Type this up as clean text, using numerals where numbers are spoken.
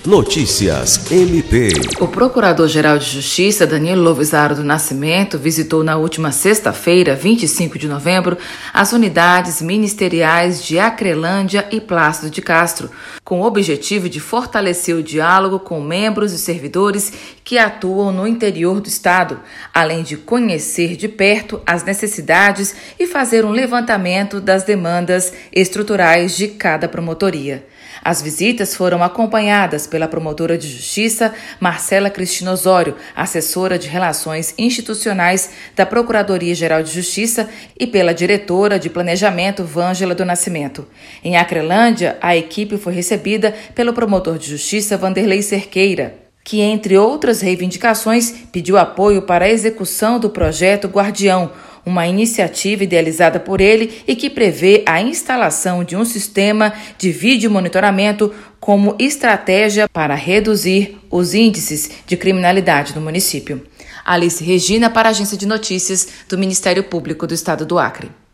Notícias MP. O Procurador-Geral de Justiça, Danilo Lovisaro do Nascimento, visitou na última sexta-feira, 25 de novembro, as unidades ministeriais de Acrelândia e Plácido de Castro, com o objetivo de fortalecer o diálogo com membros e servidores que atuam no interior do Estado, além de conhecer de perto as necessidades e fazer um levantamento das demandas estruturais de cada promotoria. As visitas foram acompanhadas pela promotora de Justiça, Marcela Cristina Osório, assessora de Relações Institucionais da Procuradoria-Geral de Justiça, e pela diretora de Planejamento, Vângela do Nascimento. Em Acrelândia, a equipe foi recebida pelo promotor de Justiça, Vanderlei Cerqueira, que, entre outras reivindicações, pediu apoio para a execução do projeto Guardião, uma iniciativa idealizada por ele e que prevê a instalação de um sistema de vídeo monitoramento como estratégia para reduzir os índices de criminalidade no município. Alice Regina, para a Agência de Notícias do Ministério Público do Estado do Acre.